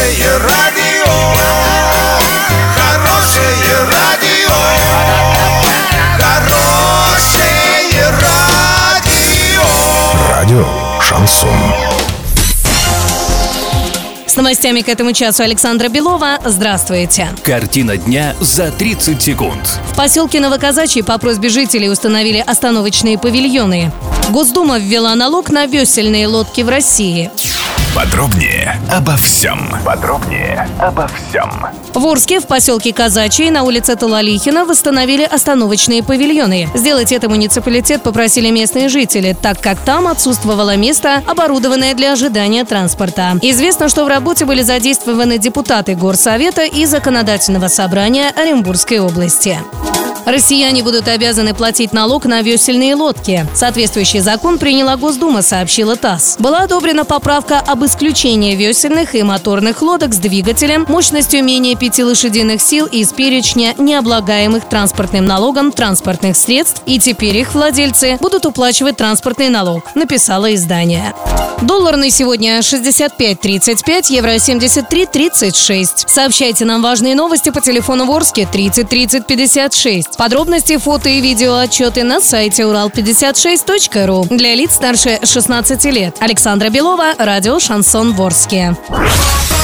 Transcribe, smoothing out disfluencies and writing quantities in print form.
Хорошее радио, хорошее радио, хорошее радио. Радио «Шансон». С новостями к этому часу Александра Белова. Здравствуйте. Картина дня за 30 секунд. В поселке Новоказачье по просьбе жителей установили остановочные павильоны. Госдума ввела налог на весельные лодки в России. Подробнее обо всем. В Орске, в поселке Казачье, на улице Талалихина восстановили остановочные павильоны. Сделать это муниципалитет попросили местные жители, так как там отсутствовало место, оборудованное для ожидания транспорта. Известно, что в работе были задействованы депутаты Горсовета и Законодательного собрания Оренбургской области. Россияне будут обязаны платить налог на весельные лодки. Соответствующий закон приняла Госдума, сообщила ТАСС. Была одобрена поправка об исключении весельных и моторных лодок с двигателем мощностью менее 5 лошадиных сил из перечня необлагаемых транспортным налогом транспортных средств, и теперь их владельцы будут уплачивать транспортный налог, написало издание. Доллар на сегодня 65.35, евро 73.36. Сообщайте нам важные новости по телефону в Орске 30 30 56. Подробности, фото и видео отчеты на сайте урал56.ру. Для лиц старше 16 лет. Александра Белова, радио «Шансон» в Орске.